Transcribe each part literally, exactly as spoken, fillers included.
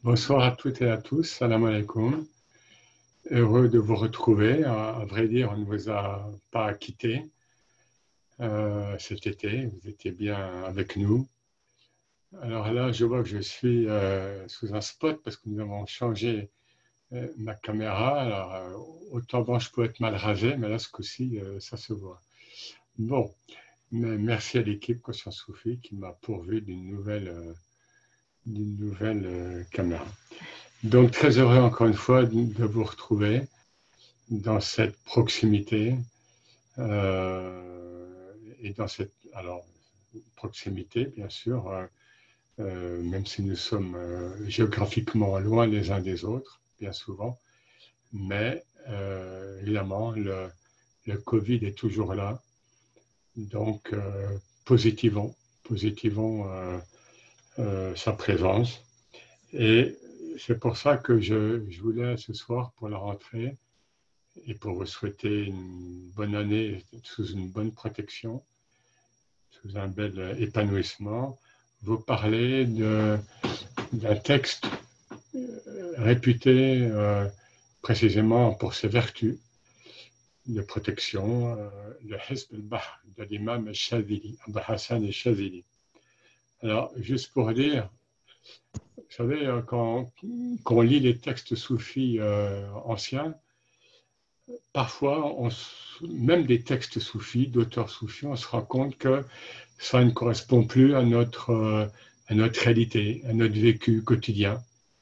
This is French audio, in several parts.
Bonsoir à toutes et à tous, salam alaikum. Heureux de vous retrouver. À, à vrai dire, on ne vous a pas quitté euh, cet été, vous étiez bien avec nous. Alors là, je vois que je suis euh, sous un spot parce que nous avons changé euh, ma caméra. Alors, euh, autant avant, je peux être mal rasé, mais là, ce coup-ci, euh, ça se voit. Bon, mais merci à l'équipe Conscience Soufie qui m'a pourvu d'une nouvelle, euh, d'une nouvelle euh, caméra. Donc, très heureux encore une fois de, de vous retrouver dans cette proximité euh, et dans cette alors, proximité, bien sûr, euh, euh, même si nous sommes euh, géographiquement loin les uns des autres, bien souvent, mais euh, évidemment, le, le Covid est toujours là, donc euh, positivons, positivons euh, euh, sa présence. Et c'est pour ça que je, je voulais ce soir, pour la rentrée, et pour vous souhaiter une bonne année sous une bonne protection, sous un bel épanouissement, vous parler de, d'un texte réputé euh, précisément pour ses vertus de protection, euh, le Hizb al-Bahr de l'imam al-Shadhili, Abu Hassan al-Shadhili. Alors, juste pour dire, vous savez, quand, quand on lit les textes soufis euh, anciens, parfois, on, même des textes soufis, d'auteurs soufis, on se rend compte que ça ne correspond plus à notre, euh, à notre réalité, à notre vécu quotidien.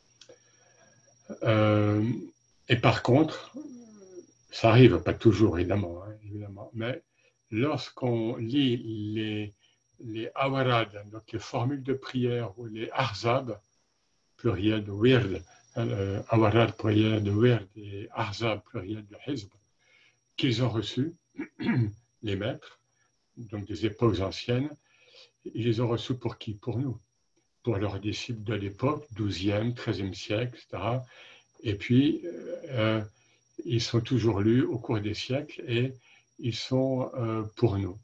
Euh, et par contre, ça arrive, pas toujours évidemment, hein, évidemment, mais lorsqu'on lit les, les awarad, donc les formules de prière, ou les ahzab, pluriel de wird, euh, awarad pluriel de wird et ahzab pluriel de hizb, qu'ils ont reçus, les maîtres, donc des époques anciennes, ils les ont reçus pour qui? Pour nous, pour leurs disciples de l'époque, douzième, treizième siècle, et cetera. Et puis, euh, ils sont toujours lus au cours des siècles et ils sont euh, pour nous.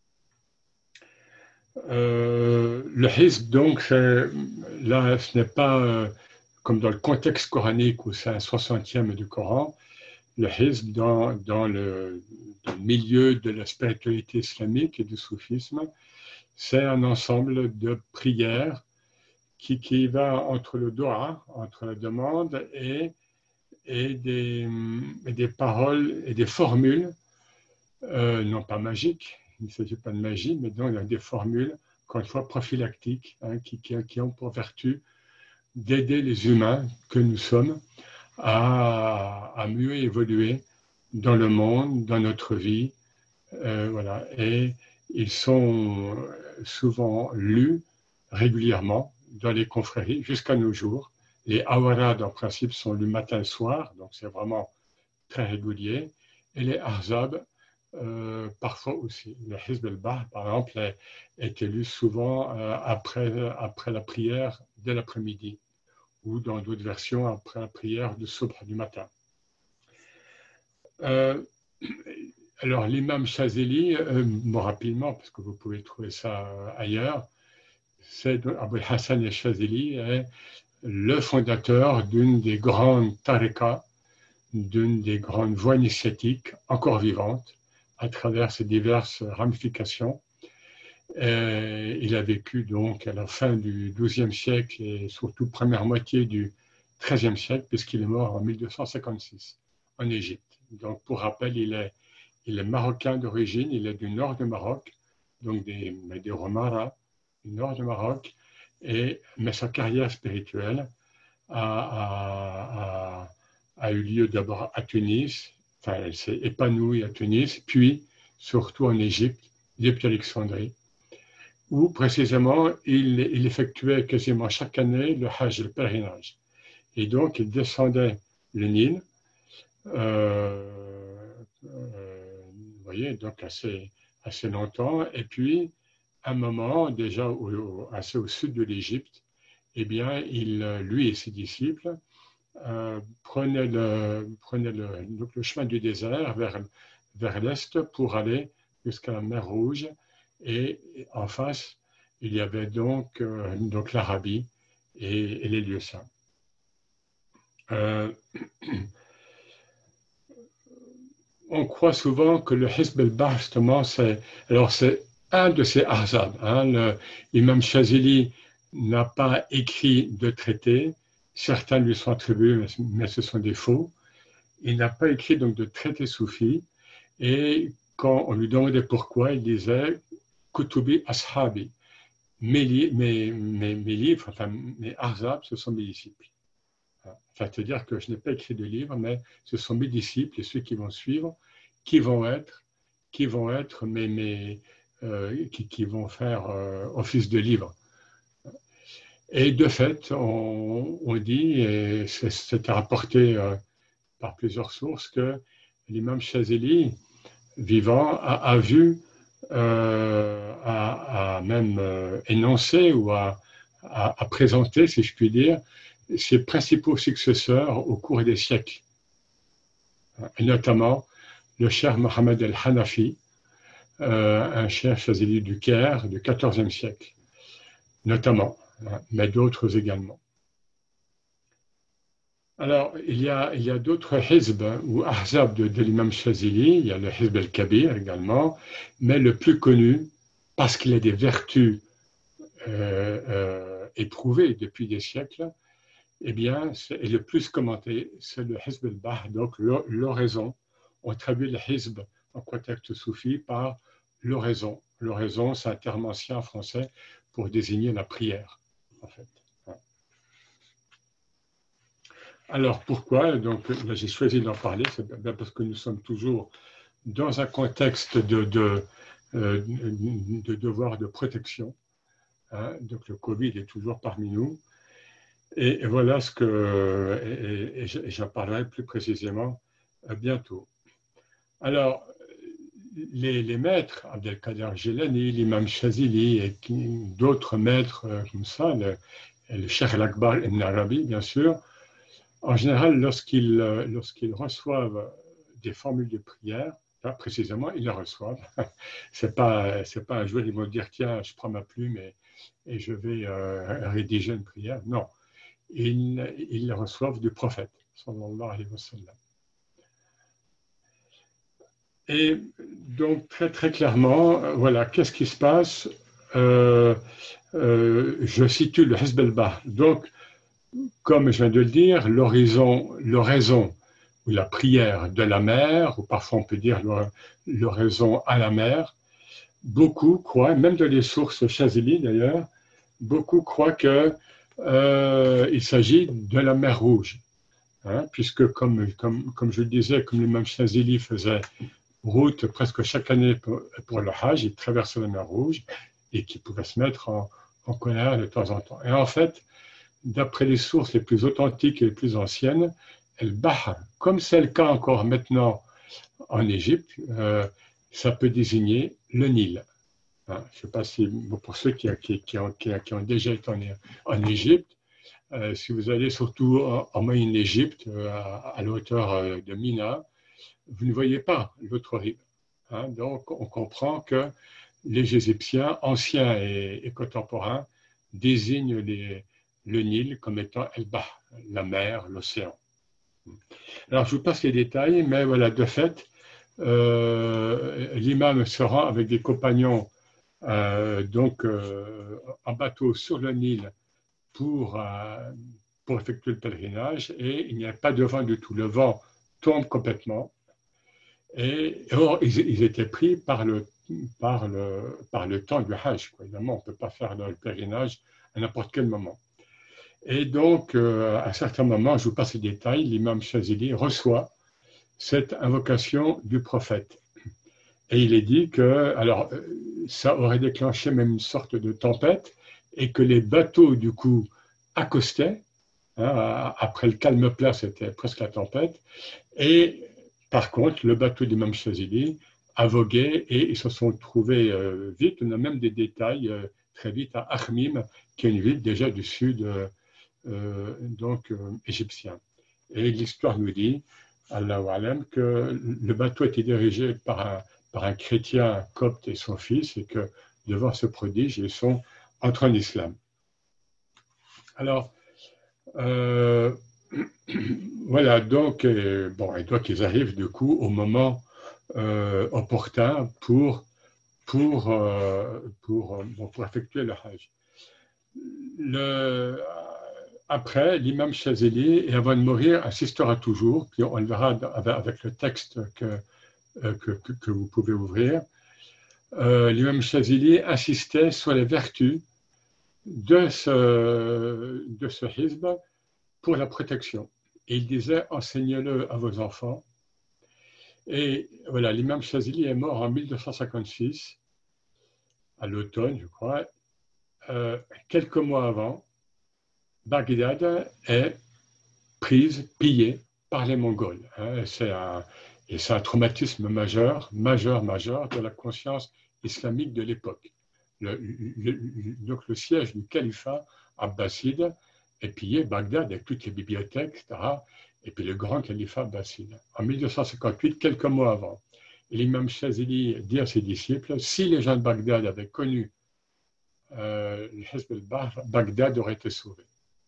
Euh, le hizb, donc, là, ce n'est pas euh, comme dans le contexte coranique où c'est un soixantième du Coran. Le hizb, dans, dans, le, dans le milieu de la spiritualité islamique et du soufisme, c'est un ensemble de prières qui, qui va entre le doua, entre la demande et, et, des, et des paroles et des formules, euh, non pas magiques, il ne s'agit pas de magie, mais donc des formules, encore une fois, prophylactiques, hein, qui, qui, qui ont pour vertu d'aider les humains que nous sommes à, à mieux évoluer dans le monde, dans notre vie. Euh, voilà. Et ils sont souvent lus régulièrement dans les confréries jusqu'à nos jours. Les awarad, en principe, sont lus matin et soir, donc c'est vraiment très régulier. Et les ahzab, euh, parfois aussi. Le Hizb al-Bahr, par exemple, est, est lu souvent euh, après, après la prière dès l'après-midi, ou dans d'autres versions après la prière du subh du matin. Euh, alors l'imam Shazili, euh, bon, rapidement, parce que vous pouvez trouver ça euh, ailleurs, c'est Abu Hassan al-Shazili est le fondateur d'une des grandes tariqas, d'une des grandes voies initiatiques encore vivantes à travers ses diverses ramifications. Et il a vécu donc à la fin du douzième siècle et surtout première moitié du treizième siècle, puisqu'il est mort en mille deux cent cinquante-six en Égypte. Donc pour rappel, il est, il est marocain d'origine, il est du nord du Maroc, donc des, des Romara, du nord du Maroc, et, mais sa carrière spirituelle a, a, a, a eu lieu d'abord à Tunis, enfin elle s'est épanouie à Tunis, puis surtout en Égypte, depuis Alexandrie, où précisément il, il effectuait quasiment chaque année le Hajj, le pèlerinage. Et donc il descendait le Nil, euh, euh, vous voyez, donc assez, assez longtemps, et puis à un moment, déjà au, au, assez au sud de l'Égypte, eh bien, il, lui et ses disciples euh, prenaient, le, prenaient le, donc le chemin du désert vers, vers l'est pour aller jusqu'à la mer Rouge. Et en face, il y avait donc, euh, donc l'Arabie et, et les lieux saints. Euh, on croit souvent que le Hizb al-Bahr, justement, c'est, alors c'est un de ces ahzab. Hein, l'imam Chazili n'a pas écrit de traité. Certains lui sont attribués, mais, mais ce sont des faux. Il n'a pas écrit donc de traité soufi. Et quand on lui demandait pourquoi, il disait Kutubi Ashabi. Mes, li- mes, mes, mes livres, enfin mes ahzab, ce sont mes disciples. Enfin, c'est-à-dire que je n'ai pas écrit de livre, mais ce sont mes disciples et ceux qui vont suivre, qui vont être, qui vont être mes, mes euh, qui, qui, vont faire euh, office de livre. Et de fait, on, on dit, et c'était rapporté euh, par plusieurs sources, que l'imam Chazeli, vivant, a, a vu, euh, a, a même euh, énoncé ou a, a, a présenté, si je puis dire, ses principaux successeurs au cours des siècles, et notamment le cheikh Mohammed el-Hanafi, euh, un cheikh Chazeli du Caire du quatorzième siècle, notamment, mais d'autres également. Alors, il y a, il y a d'autres hizb ou ahzab de, de l'imam Chazeli, il y a le hizb el-Kabir également, mais le plus connu, parce qu'il a des vertus euh, euh, éprouvées depuis des siècles, eh bien, et le plus commenté, c'est le Hizb al-Bahr, donc l'oraison. On traduit le Hizb en contexte soufi par l'oraison. L'oraison, c'est un terme ancien en français pour désigner la prière, en fait. Alors, pourquoi? Donc, là, j'ai choisi d'en parler, c'est bien parce que nous sommes toujours dans un contexte de, de, euh, de devoir de protection. Hein, donc, le Covid est toujours parmi nous. Et, et voilà ce que, et, et, et j'en parlerai plus précisément bientôt. Alors, les, les maîtres, Abdelkader Jilani, l'imam Chazili et d'autres maîtres comme ça, le, le Cheikh al-Akbar ibn Arabi, bien sûr, en général, lorsqu'ils lorsqu'ils reçoivent des formules de prière, là, précisément, ils les reçoivent. C'est pas, c'est pas un jour, ils vont dire, tiens, je prends ma plume et, et je vais euh, rédiger une prière. Non. Ils, ils les reçoivent du prophète, sallallahu alayhi wa sallam. Et donc, très, très clairement, voilà, qu'est-ce qui se passe? euh, euh, Je situe le Hizb al-Bahr. Donc, comme je viens de le dire, l'horizon, l'oraison, ou la prière de la mer, ou parfois on peut dire l'oraison à la mer, beaucoup croient, même dans les sources Chazili d'ailleurs, beaucoup croient que Euh, il s'agit de la mer Rouge, hein, puisque comme, comme, comme je le disais, comme l'imam Chazili faisait route presque chaque année pour, pour le Hajj, il traversait la mer Rouge et qu'il pouvait se mettre en, en colère de temps en temps. Et en fait, d'après les sources les plus authentiques et les plus anciennes, El Bahr, comme c'est le cas encore maintenant en Égypte, euh, ça peut désigner le Nil. Hein, je ne sais pas si, pour ceux qui, qui, qui, ont, qui, qui ont déjà été en, en Égypte, euh, si vous allez surtout en, en moyenne Égypte, euh, à, à la hauteur euh, de Mina, vous ne voyez pas l'autre rive. Hein, donc, on comprend que les Égyptiens, anciens et, et contemporains, désignent les, le Nil comme étant El-Bahr, la mer, l'océan. Alors, je vous passe les détails, mais voilà, de fait, euh, l'imam se rend avec des compagnons Euh, donc euh, en bateau sur le Nil pour, euh, pour effectuer le pèlerinage et il n'y a pas de vent du tout. Le vent tombe complètement et or, ils, ils étaient pris par le, par le, par le temps du Hajj. Quoi. Évidemment, on ne peut pas faire le pèlerinage à n'importe quel moment. Et donc, euh, à un certain moment, je vous passe les détails, l'imam Chazili reçoit cette invocation du prophète. Et il est dit que, alors, ça aurait déclenché même une sorte de tempête et que les bateaux, du coup, accostaient. Hein, après le calme plat, c'était presque la tempête. Et par contre, le bateau d'Imam Chazili a vogué et ils se sont trouvés euh, vite. On a même des détails euh, très vite à Akhmim, qui est une ville déjà du sud euh, donc, euh, égyptien. Et l'histoire nous dit, Allahu Alam, que le bateau était dirigé par un par un chrétien copte et son fils, et que devant ce prodige, ils sont entrés en islam. Alors, euh, voilà, donc, euh, bon, et donc ils arrivent du coup au moment euh, opportun pour, pour, euh, pour, bon, pour effectuer le Hajj. Le, après, l'imam Chazeli, et avant de mourir, insistera toujours, puis on le verra avec le texte que, que, que, que vous pouvez ouvrir. Euh, l'imam Chazeli insistait sur les vertus de ce, de ce hizb pour la protection. Et il disait, enseignez-le à vos enfants. Et voilà, l'imam Chazeli est mort en mille deux cent cinquante-six, à l'automne, je crois. Euh, quelques mois avant, Bagdad est prise, pillée par les Mongols. Hein, c'est un, et c'est un traumatisme majeur, majeur, majeur de la conscience islamique de l'époque. Le, le, donc le siège du califat abbasside est pillé, Bagdad, avec toutes les bibliothèques, et cetera. Et puis le grand califat abbasside. En mille deux cent cinquante-huit, quelques mois avant, l'imam Chazeli dit à ses disciples, si les gens de Bagdad avaient connu euh, le Hizb al-Bahr, Bagdad aurait été sauvé.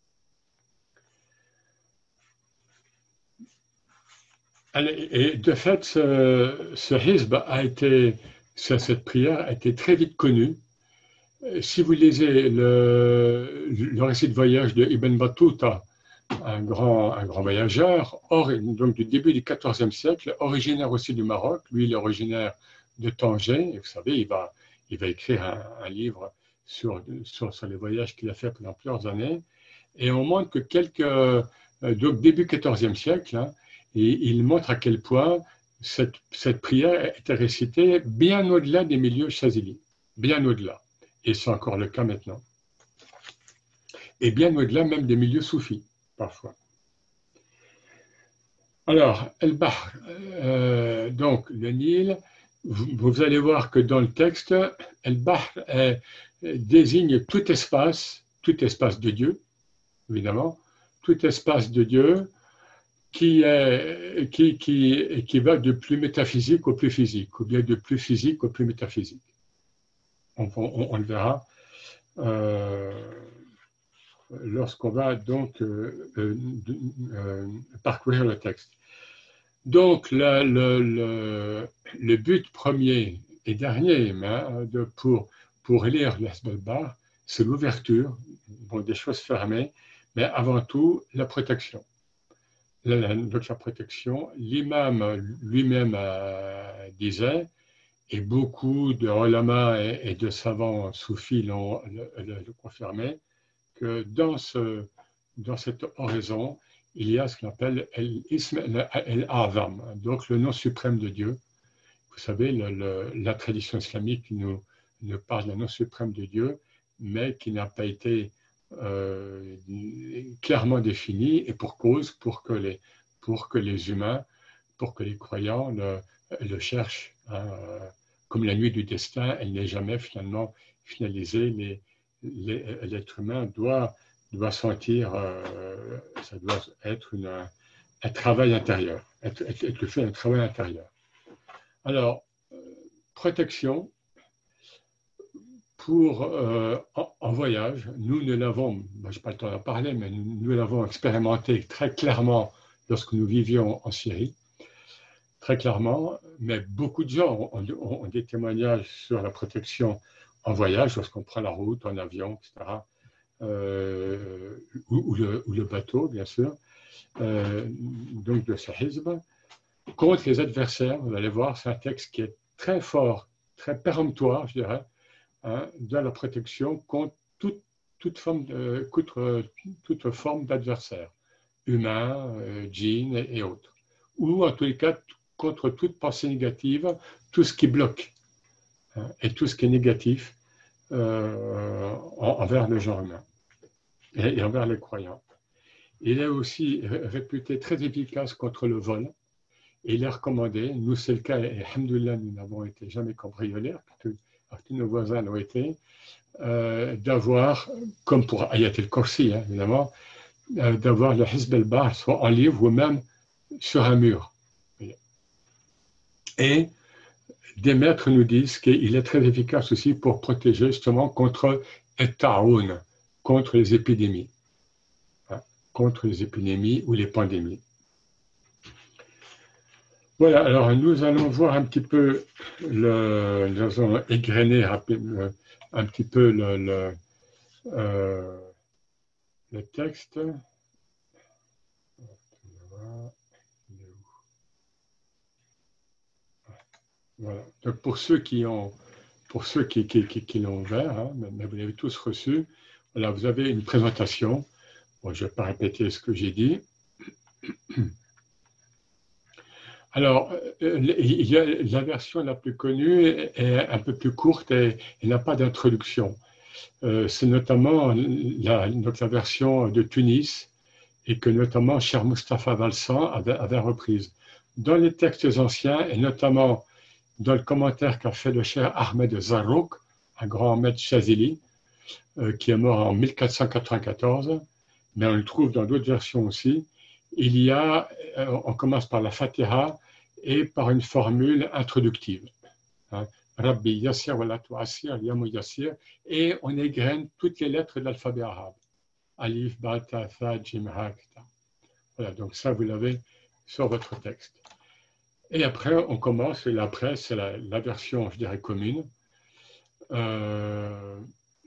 Et de fait, ce, ce hizb a été, cette prière a été très vite connue. Si vous lisez le, le récit de voyage de Ibn Battuta, un grand, un grand voyageur, or, donc du début du quatorzième siècle, originaire aussi du Maroc, lui il est originaire de Tanger, et vous savez, il va, il va écrire un, un livre sur, sur, sur les voyages qu'il a fait pendant plusieurs années, et on montre que quelques, donc début quatorzième siècle, hein, et il montre à quel point cette, cette prière était récitée bien au-delà des milieux chazili, bien au-delà. Et c'est encore le cas maintenant. Et bien au-delà même des milieux soufis, parfois. Alors, El-Bahr, euh, donc le Nil, vous, vous allez voir que dans le texte, El-Bahr euh, désigne tout espace, tout espace de Dieu, évidemment, tout espace de Dieu, Qui, est, qui, qui, qui va du plus métaphysique au plus physique, ou bien du plus physique au plus métaphysique. On, on, on le verra euh, lorsqu'on va donc euh, euh, euh, parcourir le texte. Donc, le, le, le, le but premier et dernier hein, de, pour, pour lire le Hizb al-Bahr, c'est l'ouverture, bon, des choses fermées, mais avant tout la protection. La, donc la protection, l'imam lui-même euh, disait, et beaucoup de ulama et, et de savants soufis l'ont le, le, le confirmé, que dans, ce, dans cette oraison, il y a ce qu'on appelle l'ism al-azam, donc le nom suprême de Dieu. Vous savez, le, le, la tradition islamique nous, nous parle d'un nom suprême de Dieu, mais qui n'a pas été Euh, clairement défini et pour cause, pour que les, pour que les humains, pour que les croyants le, le cherchent. Hein, comme la nuit du destin, elle n'est jamais finalement finalisée. Les, les, l'être humain doit, doit sentir, euh, ça doit être une, un travail intérieur, être, être, être fait un travail intérieur. Alors, euh, protection. Pour, euh, en, en voyage, nous, nous l'avons, ben, je n'ai pas le temps d'en parler, mais nous, nous l'avons expérimenté très clairement lorsque nous vivions en Syrie, très clairement, mais beaucoup de gens ont, ont, ont des témoignages sur la protection en voyage, lorsqu'on prend la route, en avion, et cetera, euh, ou, ou, le, ou le bateau, bien sûr, euh, donc de ce hizb, contre les adversaires. Vous allez voir, c'est un texte qui est très fort, très péremptoire, je dirais, Hein, de la protection contre toute, toute forme, de, contre, toute forme d'adversaire, humain, euh, djinn et, et autres. Ou en tous les cas, contre toute pensée négative, tout ce qui bloque hein, et tout ce qui est négatif euh, en, envers le genre humain et, et envers les croyants. Il est aussi réputé très efficace contre le vol. Et il est recommandé, nous c'est le cas, et alhamdoulilah, nous n'avons été jamais cambriolés, tous nos voisins l'ont été, euh, d'avoir, comme pour Ayat el-Kursi, hein, évidemment, euh, d'avoir le Hizb al-Bahr soit en livre ou même sur un mur. Et des maîtres nous disent qu'il est très efficace aussi pour protéger justement contre et-ta'oun, contre les épidémies, hein, contre les épidémies ou les pandémies. Voilà, alors nous allons voir un petit peu, le, nous allons égrener rapide- un petit peu le, le, euh, le texte. Voilà. Donc pour ceux qui ont, pour ceux qui, qui, qui, qui l'ont ouvert, hein, mais, mais vous l'avez tous reçu, voilà, vous avez une présentation. Bon, je ne vais pas répéter ce que j'ai dit. Alors, euh, il y a, la version la plus connue est un peu plus courte et, et n'a pas d'introduction. Euh, c'est notamment la, donc la version de Tunis et que notamment Cher Mustapha Valsan avait, avait reprise. Dans les textes anciens et notamment dans le commentaire qu'a fait le cher Ahmed Zarrouk, un grand maître Chazili, euh, qui est mort en mille quatre cent quatre-vingt-quatorze, mais on le trouve dans d'autres versions aussi. Il y a, euh, on commence par la Fatiha et par une formule introductive. Hein. Rabbi Yassir wa la tu'assir, Yamu Yassir, et on égrène toutes les lettres de l'alphabet arabe. Alif, Ba, Ta, Tha, Jim, Ha, Ta. Voilà, donc ça, vous l'avez sur votre texte. Et après, on commence, et après, c'est la, la version, je dirais, commune. Euh,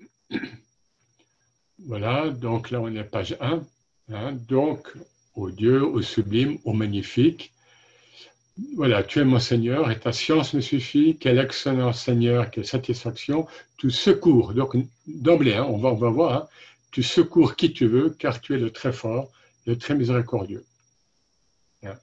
voilà, donc là, on est page un. Hein, donc, au Dieu, au sublime, au magnifique. Voilà, tu es mon Seigneur et ta science me suffit. Quel excellent Seigneur, quelle satisfaction. Tu secours, donc d'emblée, hein, on, va, on va voir, hein, tu secours qui tu veux, car tu es le très fort, le très miséricordieux. Hein.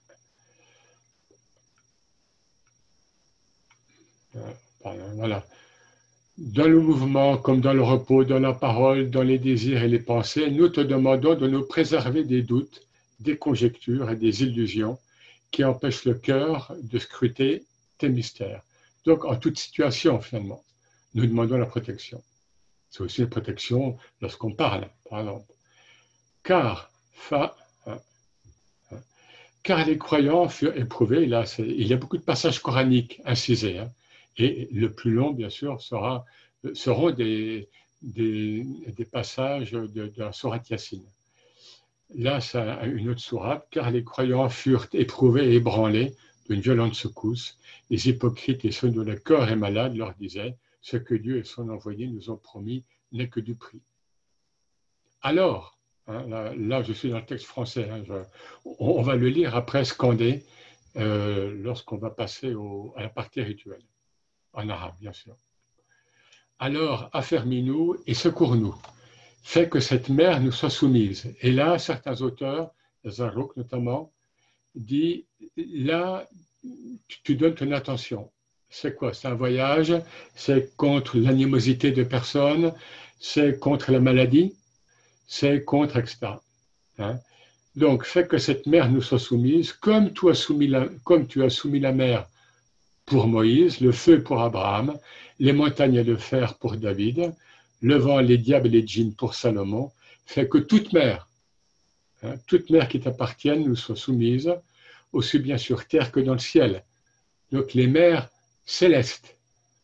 Voilà. Dans le mouvement, comme dans le repos, dans la parole, dans les désirs et les pensées, nous te demandons de nous préserver des doutes, des conjectures et des illusions qui empêchent le cœur de scruter tes mystères. Donc, en toute situation, finalement, nous demandons la protection. C'est aussi une protection lorsqu'on parle, par exemple. Car, fa, hein, hein, car les croyants furent éprouvés, là, il y a beaucoup de passages coraniques incisés, hein, et le plus long, bien sûr, sera, seront des, des, des passages de, de la sourate Yassine. Là, c'est une autre sourate, car les croyants furent éprouvés et ébranlés d'une violente secousse. Les hypocrites et ceux dont le cœur est malade leur disaient, ce que Dieu et son envoyé nous ont promis n'est que du prix. Alors, hein, là, là, je suis dans le texte français, hein, je, on, on va le lire après scandé euh, lorsqu'on va passer au, à la partie rituelle, en arabe, bien sûr. Alors, affermis-nous et secours-nous. Fais que cette mer nous soit soumise. Et là, certains auteurs, Zarrouk notamment, dit, là, tu donnes ton attention. C'est quoi? C'est un voyage, c'est contre l'animosité de personnes, c'est contre la maladie, c'est contre, et cetera. Hein? Donc, fais que cette mer nous soit soumise, comme tu as soumis la, comme tu as soumis la mer pour Moïse, le feu pour Abraham, les montagnes de fer pour David, le vent, les diables et les djinns pour Salomon, fais que toute mer, hein, toute mer qui t'appartienne nous soit soumise, aussi bien sur terre que dans le ciel. Donc les mers célestes.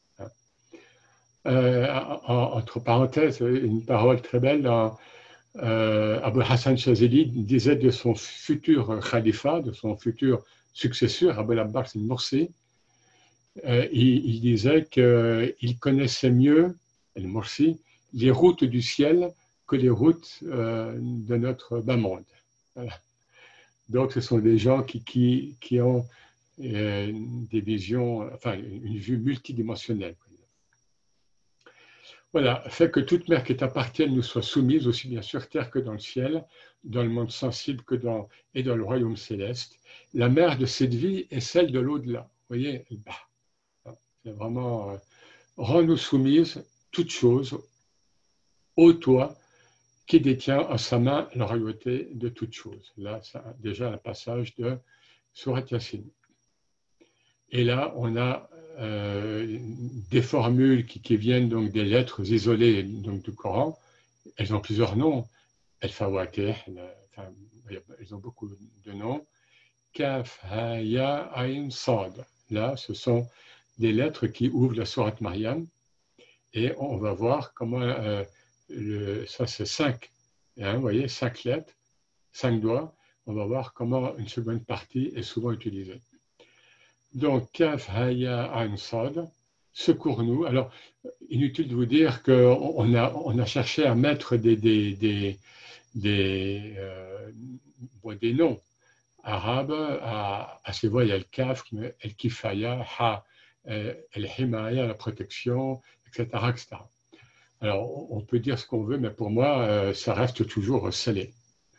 Euh, entre parenthèses, une parole très belle, dans, euh, Abu Hassan Chazeli disait de son futur khalifa, de son futur successeur, Abu al-Abbas al-Mursi, euh, il, il disait qu'il connaissait mieux, al-Mursi, les routes du ciel que les routes euh, de notre bas monde. Voilà. Donc ce sont des gens qui, qui, qui ont euh, des visions, enfin une vue multidimensionnelle. Voilà, fait que toute mer qui t'appartienne nous soit soumise, aussi bien sur terre que dans le ciel, dans le monde sensible que dans, et dans le royaume céleste. La mer de cette vie est celle de l'au-delà. Vous voyez, bah, c'est vraiment, euh, rends-nous soumises toutes choses, ô toi qui détient en sa main la royauté de toutes choses. Là, c'est déjà un passage de Sourate Yassine. Et là, on a euh, des formules qui, qui viennent donc des lettres isolées donc, du Coran. Elles ont plusieurs noms. El-Fawakeh, enfin, elles ont beaucoup de noms. Kaf, Ha, Ya, Ain, Sad. Là, ce sont des lettres qui ouvrent la sourate Maryam. Et on va voir comment, euh, le, ça c'est cinq, hein, vous voyez, cinq lettres, cinq doigts. On va voir comment une seconde partie est souvent utilisée. Donc, Kaf, Haya, Ain, Sad, secours-nous. Alors, inutile de vous dire qu'on a, on a cherché à mettre des, des, des, des, euh, bon, des noms arabes à, à ces voix. Il y a le Kaf, El Kifaya, Ha, El Himaya, la protection, et cetera, et cetera. Alors, on peut dire ce qu'on veut, mais pour moi, euh, ça reste toujours scellé.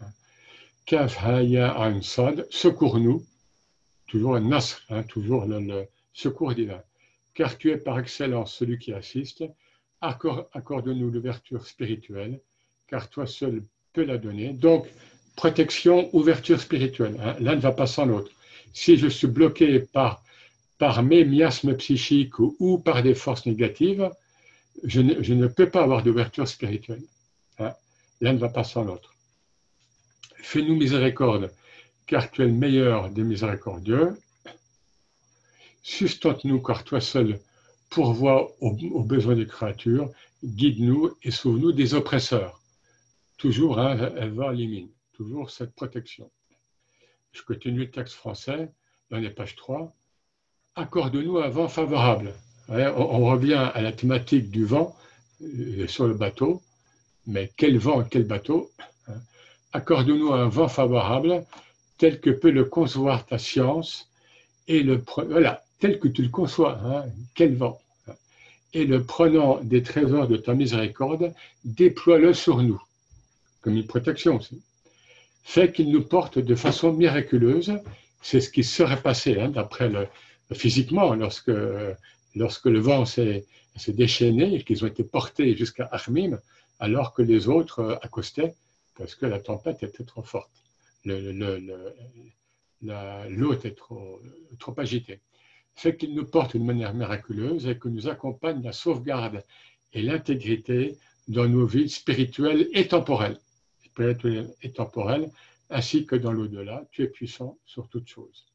Kaf, Haya, Ain, Sad, secours-nous. Toujours un nasr, hein, toujours le, le secours divin. Car tu es par excellence celui qui assiste, accorde, accorde-nous l'ouverture spirituelle, car toi seul peux la donner. Donc, protection, ouverture spirituelle. Hein, l'un ne va pas sans l'autre. Si je suis bloqué par, par mes miasmes psychiques ou, ou par des forces négatives, je ne, je ne peux pas avoir d'ouverture spirituelle. Hein, l'un ne va pas sans l'autre. Fais-nous miséricorde, car tu es le meilleur des miséricordieux. Sustente-nous, car toi seul pourvois aux, aux besoins des créatures. Guide-nous et sauve-nous des oppresseurs. Toujours, hein, elle va éliminer. Toujours cette protection. Je continue le texte français, dans les pages trois. Accorde-nous un vent favorable. On, on revient à la thématique du vent euh, sur le bateau. Mais quel vent, quel bateau, hein. Accorde-nous un vent favorable tel que peut le concevoir ta science, et le voilà, tel que tu le conçois, hein, quel vent. Et le prenant des trésors de ta miséricorde, déploie-le sur nous, comme une protection aussi. Fait qu'il nous porte de façon miraculeuse, c'est ce qui serait passé, hein, d'après le, physiquement, lorsque, lorsque le vent s'est, s'est déchaîné et qu'ils ont été portés jusqu'à Armim, alors que les autres accostaient, parce que la tempête était trop forte. Le, le, le, la, l'eau était trop, trop agitée. Fait qu'il nous porte d'une manière miraculeuse et que nous accompagne la sauvegarde et l'intégrité dans nos vies spirituelles et temporelles, spirituelles et temporelles, ainsi que dans l'au-delà. Tu es puissant sur toutes choses.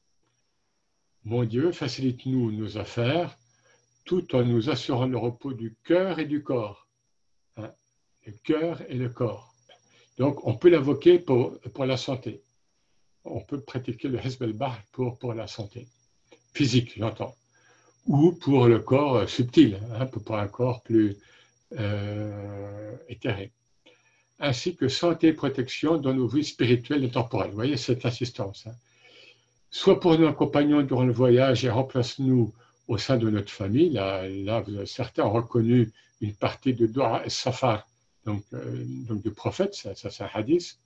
Mon Dieu, facilite-nous nos affaires, tout en nous assurant le repos du cœur et du corps. Hein, le cœur et le corps. Donc, on peut l'invoquer pour, pour la santé. On peut pratiquer le Hizb al-Bahr pour, pour la santé physique, j'entends. Ou pour le corps subtil, hein, pour un corps plus euh, éthéré. Ainsi que santé et protection dans nos vies spirituelles et temporelles. Vous voyez cette assistance. Hein. Soit pour nos compagnons durant le voyage et remplace-nous au sein de notre famille. Là, là certains ont reconnu une partie de Dua al-Safar, donc, euh, donc du prophète, ça, ça c'est un hadith.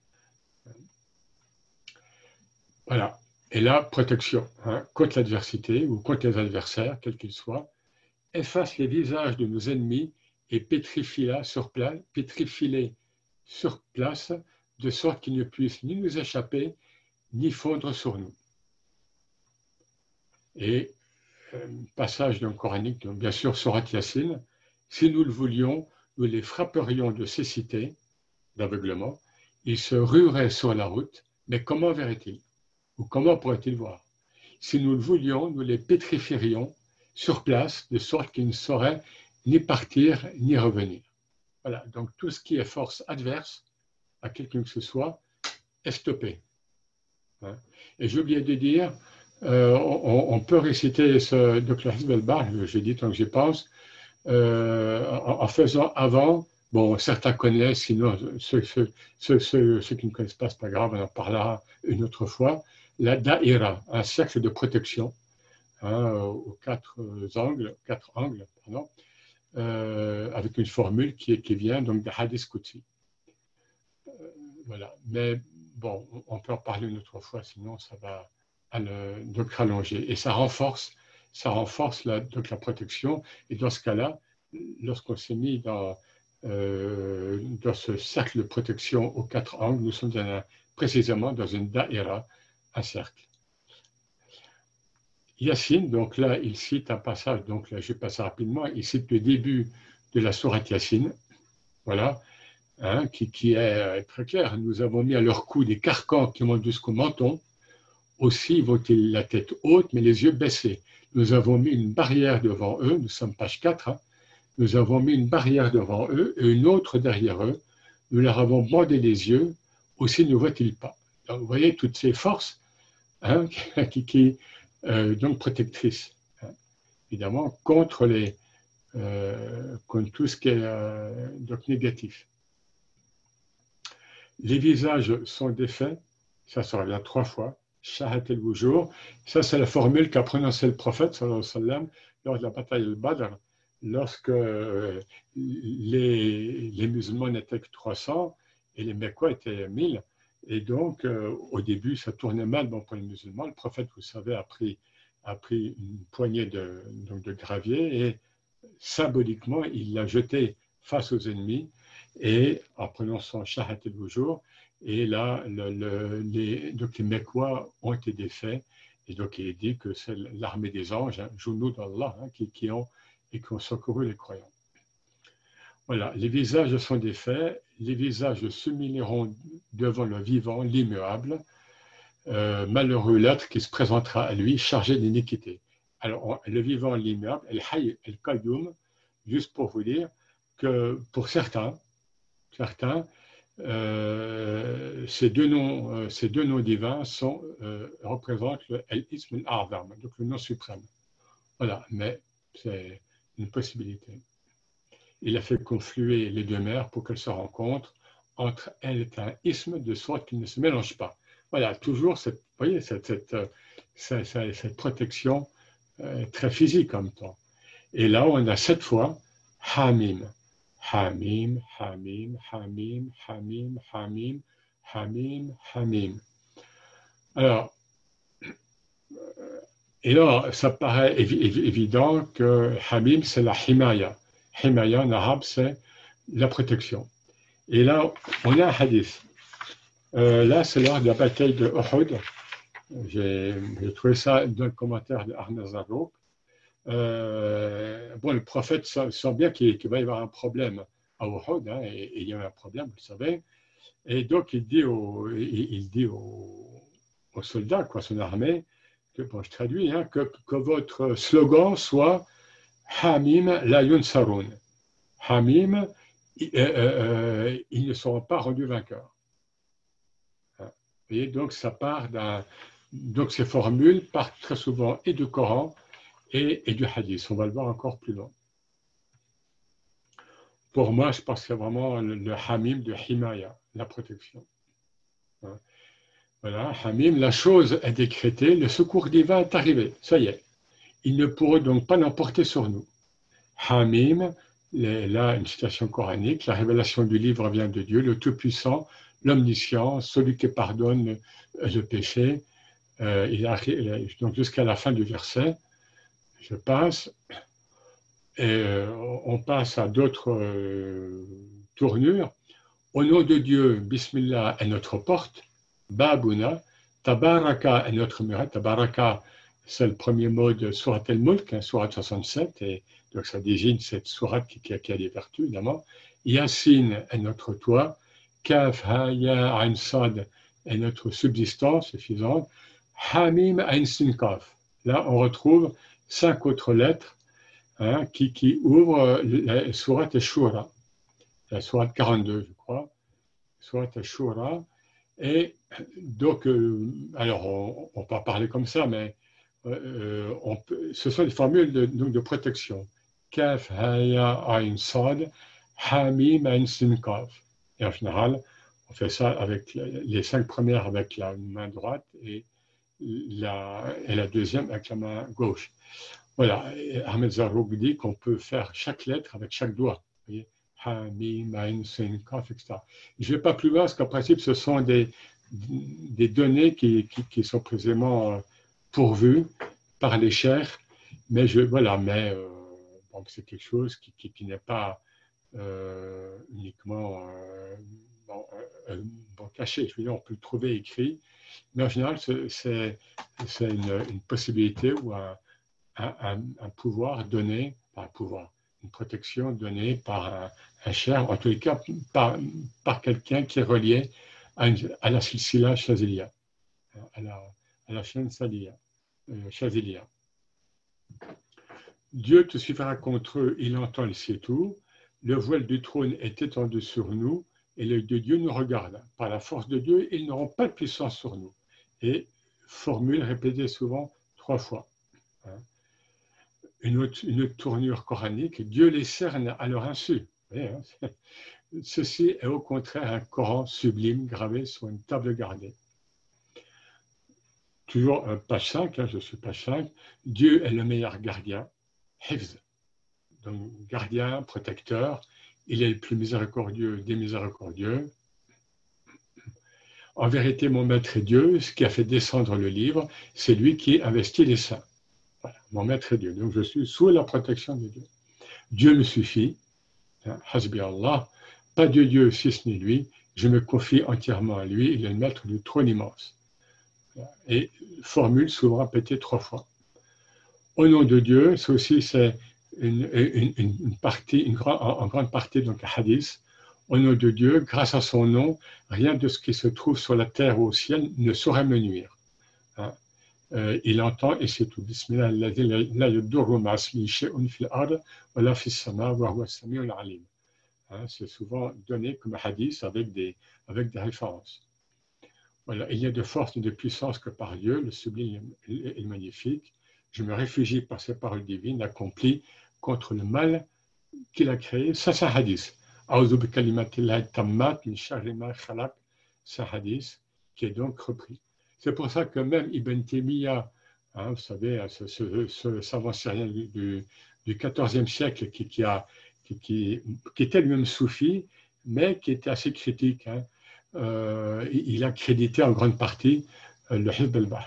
Voilà. Et là, protection, hein, contre l'adversité ou contre les adversaires, quels qu'ils soient. Efface les visages de nos ennemis et pétrifie-les sur place, pétrifie-les sur place, de sorte qu'ils ne puissent ni nous échapper, ni fondre sur nous. Et euh, passage donc coranique, donc bien sûr, Surat Yassine, si nous le voulions, nous les frapperions de cécité, d'aveuglement, ils se rueraient sur la route, mais comment verraient-ils? Ou comment pourraient-ils voir? Si nous le voulions, nous les pétrifierions sur place, de sorte qu'ils ne sauraient ni partir ni revenir. Voilà, donc tout ce qui est force adverse à quelqu'un que ce soit est stoppé. Hein? Et j'ai oublié de dire, euh, on, on peut réciter ce donc le Hizb al-Bahr, j'ai dit tant que j'y pense, euh, en, en faisant avant. Bon, certains connaissent, sinon ceux, ceux, ceux, ceux, ceux qui ne connaissent pas, c'est pas grave, on en parlera une autre fois. La da'ira, un cercle de protection, hein, aux quatre angles, quatre angles, pardon, euh, avec une formule qui, qui vient donc de Hadith Qudsi. Euh, voilà. Mais bon, on peut en parler une autre fois, sinon ça va le, donc rallonger. Et ça renforce, ça renforce la, donc la protection. Et dans ce cas-là, lorsqu'on s'est mis dans Euh, dans ce cercle de protection aux quatre angles, nous sommes dans un, précisément dans une da'ira, un cercle. Yassine, donc là, il cite un passage, donc là, je passe rapidement, il cite le début de la sourate Yassine, voilà, hein, qui, qui est très clair. Nous avons mis à leur cou des carcans qui montent jusqu'au menton, aussi vont-ils la tête haute, mais les yeux baissés. Nous avons mis une barrière devant eux, nous sommes page quatre, hein, nous avons mis une barrière devant eux et une autre derrière eux. Nous leur avons bandé les yeux, aussi ne voient-ils pas. Donc, vous voyez toutes ces forces hein, qui, qui, euh, donc protectrice, hein, évidemment, contre, les, euh, contre tout ce qui est euh, donc négatif. Les visages sont défaits, ça se revient trois fois, shahat el-wujour, ça c'est la formule qu'a prononcée le prophète sallallahu alayhi wa sallam lors de la bataille al-Badr, lorsque euh, les, les musulmans n'étaient que trois cents et les Mecquois étaient mille. Et donc, euh, au début, ça tournait mal bon, pour les musulmans. Le prophète, vous savez, a pris, a pris une poignée de, donc de gravier et symboliquement, il l'a jeté face aux ennemis et en prononçant shahat el-wujour. Et là, le, le, les, donc les Mecquois ont été défaits. Et donc, il est dit que c'est l'armée des anges, hein, Junud Allah, hein, qui, qui ont et qui ont secouru les croyants. Voilà, les visages sont défaits, les visages s'humilieront devant le vivant, l'immuable, euh, malheureux l'être qui se présentera à lui chargé d'iniquité. Alors, on, le vivant, l'immuable, el-hayy, el-qayyum, juste pour vous dire que pour certains, certains, euh, ces, deux noms, euh, ces deux noms divins sont, euh, représentent le el-ism al-a'zam, donc le nom suprême. Voilà, mais c'est une possibilité. Il a fait confluer les deux mers pour qu'elles se rencontrent. Entre elles est un isthme de sorte qu'ils ne se mélangent pas. Voilà, toujours cette, vous voyez, cette, cette, cette, cette, cette protection euh, très physique en même temps. Et là, on a sept fois Hamim. Hamim, Hamim, Hamim, Hamim, Hamim, Hamim, Hamim. Alors, et là, ça paraît évi- évi- évident que Hamim, c'est la Himaya. Himaya en arabe, c'est la protection. Et là, on a un hadith. Euh, là, c'est lors de la bataille de Uhud. J'ai, j'ai trouvé ça dans le commentaire de Ahmed Zarrouk. Euh, bon, le prophète sent, sent bien qu'il, qu'il va y avoir un problème à Uhud, hein, et, et il y a un problème, vous le savez. Et donc, il dit aux, il, il dit aux, aux soldats, quoi, son armée, que, bon, je traduis, hein, que, que votre slogan soit Hamim la yunsarun. Hamim, euh, euh, ils ne seront pas rendus vainqueurs. Hein. Vous voyez, donc ça part d'un. Donc ces formules partent très souvent et du Coran et, et du Hadith. On va le voir encore plus loin. Pour moi, je pense que c'est vraiment le, le Hamim de Himaya, la protection. Hein. Voilà, Hamim, la chose est décrétée, le secours divin est arrivé. Ça y est. Il ne pourrait donc pas l'emporter sur nous. Hamim, là, une citation coranique, la révélation du livre vient de Dieu, le Tout-Puissant, l'Omniscient, celui qui pardonne le, le péché. Euh, il arrive, donc jusqu'à la fin du verset, je passe, et euh, on passe à d'autres euh, tournures. Au nom de Dieu, Bismillah est notre porte, Babuna, Tabaraka est notre muraille, Tabaraka, c'est le premier mot de Surat al-Mulk, hein, Surat soixante-sept, et donc ça désigne cette sourate qui, qui, qui a des vertus, évidemment. Yassine est notre toit, Kaf, Ha, Ya, Ain, Sad est notre subsistance suffisante, Hamim, Ain, Sin, Kaf. Là, on retrouve cinq autres lettres hein, qui, qui ouvrent la sourate Shura, la sourate quarante-deux, je crois, sourate Shura. Et donc, euh, alors, on, on peut en parler comme ça, mais euh, on peut, ce sont des formules de, de, de protection. Kaf, Haya, Ain, Sad, Hamim, Ain, Sin, Kaf. Et en général, on fait ça avec les cinq premières avec la main droite et la, et la deuxième avec la main gauche. Voilà, et Ahmed Zarrouk dit qu'on peut faire chaque lettre avec chaque doigt. Vous voyez, Hamim, Ain, Sin, Kaf, et cetera. Je ne vais pas plus loin parce qu'en principe, ce sont des, des données qui, qui, qui sont précisément pourvues par les chers. Mais je, voilà, mais euh, bon, c'est quelque chose qui, qui, qui n'est pas euh, uniquement euh, bon, euh, bon, caché. Je veux dire, on peut le trouver écrit. Mais en général, c'est, c'est, c'est une, une possibilité ou un, un, un pouvoir donné, pas un pouvoir, une protection donnée par un, un cher, en tous les cas par, par quelqu'un qui est relié à, une, à la silsila Shaziliya, à la, à la chaîne Saliya, euh, Shaziliya. Dieu te suivra contre eux, il entend, il sait tout. Le voile du trône est étendu sur nous et l'œil de Dieu nous regarde. Par la force de Dieu, ils n'auront pas de puissance sur nous. Et formule répétée souvent trois fois. Hein. Une, autre, une autre tournure coranique, Dieu les cerne à leur insu. Voyez, hein, ceci est au contraire un Coran sublime gravé sur une table gardée. Toujours euh, page cinq, hein, je suis page cinq, Dieu est le meilleur gardien, Hifz, donc gardien, protecteur, il est le plus miséricordieux des miséricordieux. En vérité, mon maître est Dieu, ce qui a fait descendre le livre, c'est lui qui investit les saints. Voilà, mon maître est Dieu, donc je suis sous la protection de Dieu. Dieu me suffit, hein, Hasbi Allah, pas de Dieu si ce n'est lui, je me confie entièrement à lui, il est le maître du trône immense. Et formule souvent répétée trois fois. Au nom de Dieu, c'est aussi c'est une, une, une partie, une grande, en grande partie donc hadith. Au nom de Dieu, grâce à son nom, rien de ce qui se trouve sur la terre ou au ciel ne saurait me nuire. Hein? Euh, il entend et c'est tout. Bismillah alladhi la yadurru ma'asmihi shay'un fil ard wa la fis sama wa huwa as-sami'ul alim. C'est souvent donné comme hadith avec des, avec des références. Voilà, il y a de force et de puissance que par Dieu, le sublime et le magnifique. Je me réfugie par ces paroles divines accomplies contre le mal qu'il a créé. Ça, c'est un hadith. C'est un hadith qui est donc repris. C'est pour ça que même Ibn Taymiyyah, hein, vous savez, ce, ce, ce savant syrien du, du quatorzième siècle qui, qui, a, qui, qui, qui était lui-même soufi, mais qui était assez critique, hein, Euh, il a crédité en grande partie euh, le Hizb al-Bahr.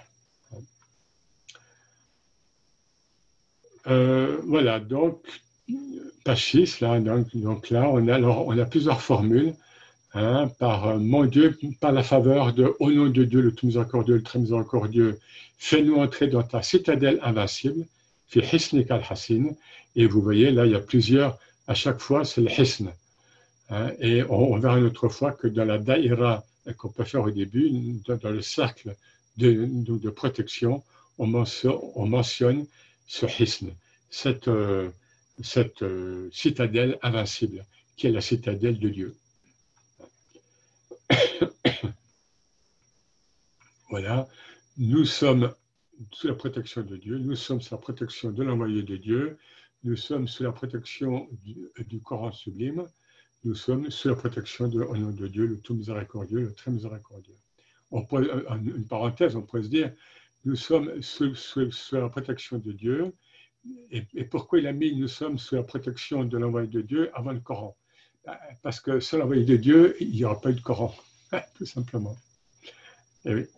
Euh, voilà, donc, page six, là, donc, donc là, on a, alors, on a plusieurs formules, hein, par euh, mon Dieu, par la faveur de au nom de Dieu, le tout miséricordieux, le très miséricordieux, fais-nous entrer dans ta citadelle invincible, fi hisnik al-hasin, et vous voyez, là, il y a plusieurs, à chaque fois, c'est le hisn. Hein, et on, on verra une autre fois que dans la daïra qu'on peut faire au début, dans, dans le cercle de, de, de protection, on mentionne, on mentionne ce hisn, cette, euh, cette euh, citadelle invincible, qui est la citadelle de Dieu. Voilà, nous sommes sous la protection de Dieu, nous sommes sous la protection de l'envoyé de Dieu, nous sommes sous la protection du, du Coran sublime, nous sommes sous la protection de, au nom de Dieu, le tout miséricordieux, le très miséricordieux. On pourrait, une parenthèse, on pourrait se dire, nous sommes sous, sous, sous la protection de Dieu, et, et pourquoi il a mis nous sommes sous la protection de l'envoyé de Dieu avant le Coran? Parce que sans l'envoyé de Dieu, il n'y aura pas eu de Coran, tout simplement. Et oui.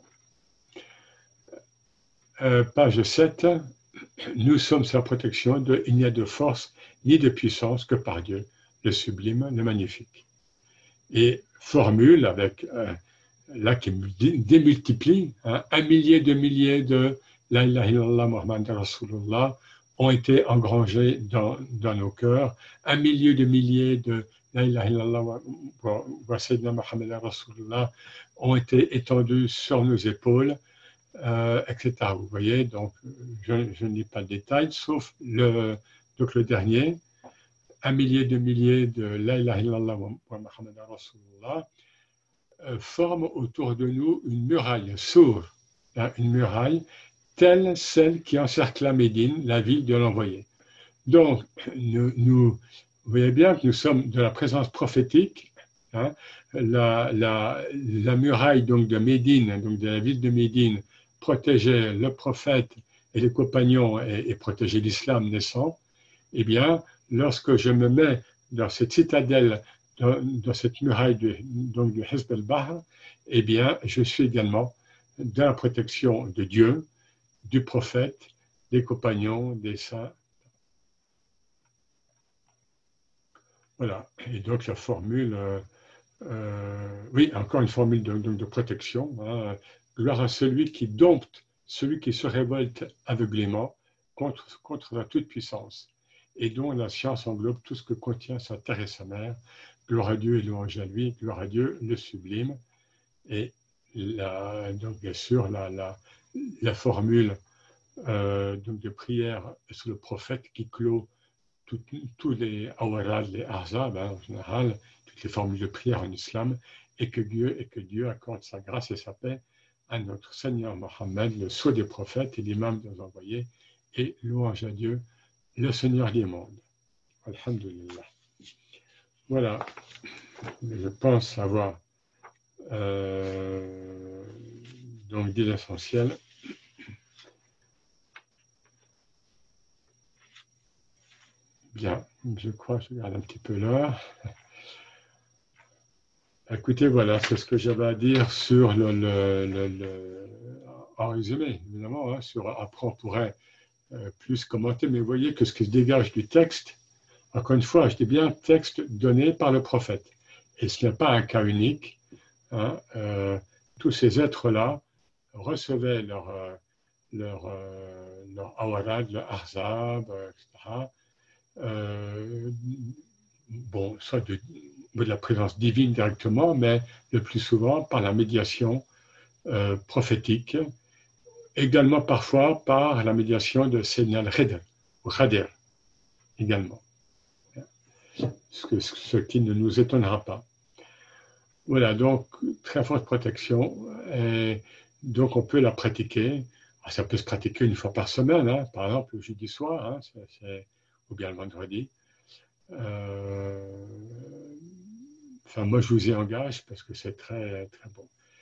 Euh, page sept, nous sommes sous la protection de, il n'y a de force ni de puissance que par Dieu, le sublime, le magnifique. Et formule avec, euh, là qui démultiplie, hein, un millier de milliers de La ilaha illallah Muhammad Rasulullah ont été engrangés dans, dans nos cœurs, un millier de milliers de La ilaha illallah wa Sayyidina Muhammad Rasulullah ont été étendus sur nos épaules, euh, et cetera. Vous voyez, donc je, je ne lis pas le détail, sauf le, donc le dernier. Un millier de milliers de La ilaha illallah wa Muhammad Rasulullah euh, forment autour de nous une muraille sourde, hein, une muraille telle celle qui encercla Médine, la ville de l'envoyé. Donc, nous, nous, vous voyez bien que nous sommes de la présence prophétique, hein, la, la, la muraille donc de Médine, donc de la ville de Médine, protégeait le prophète et les compagnons et, et protégeait l'islam naissant. Eh bien, lorsque je me mets dans cette citadelle, dans, dans cette muraille de, donc du Hizb al-Bahr, eh bien, je suis également dans la protection de Dieu, du prophète, des compagnons, des saints. Voilà. Et donc la formule, euh, euh, oui, encore une formule de, de, de protection. Hein. Gloire à celui qui dompte, celui qui se révolte aveuglément contre, contre la toute-puissance, et dont la science englobe tout ce que contient sa terre et sa mer. Gloire à Dieu et louange à lui, gloire à Dieu, le sublime. Et la, donc bien sûr, la, la, la formule euh, donc de prière sur le prophète qui clôt tous les awarad, les ahzab, hein, en général, toutes les formules de prière en islam, et que Dieu, et que Dieu accorde sa grâce et sa paix à notre Seigneur Mohammed, le sceau des prophètes et l'imam des envoyés, et louange à Dieu, le Seigneur des mondes. Alhamdulillah. Voilà, je pense avoir euh, donc dit l'essentiel. Bien, je crois, je regarde un petit peu l'heure. Écoutez, voilà, c'est ce que j'avais à dire sur le, le, le, le en résumé, évidemment, hein, sur, après on pourrait euh, plus commenter, mais vous voyez que ce qui se dégage du texte, encore une fois, je dis bien texte donné par le prophète. Et ce n'est pas un cas unique. Hein, euh, tous ces êtres-là recevaient leur, euh, leur, euh, leur awarad, leur ahzab, et cetera. Euh, bon, soit de, de la présence divine directement, mais le plus souvent par la médiation euh, prophétique, également parfois par la médiation de Seigneur Khidr, ou Khadir, également. Ce, que, ce qui ne nous étonnera pas. Voilà, donc très forte protection, et donc on peut la pratiquer. Alors, ça peut se pratiquer une fois par semaine, hein, par exemple le jeudi soir, hein, c'est, c'est, ou bien le vendredi. Euh, enfin, moi je vous y engage parce que c'est très, très bon.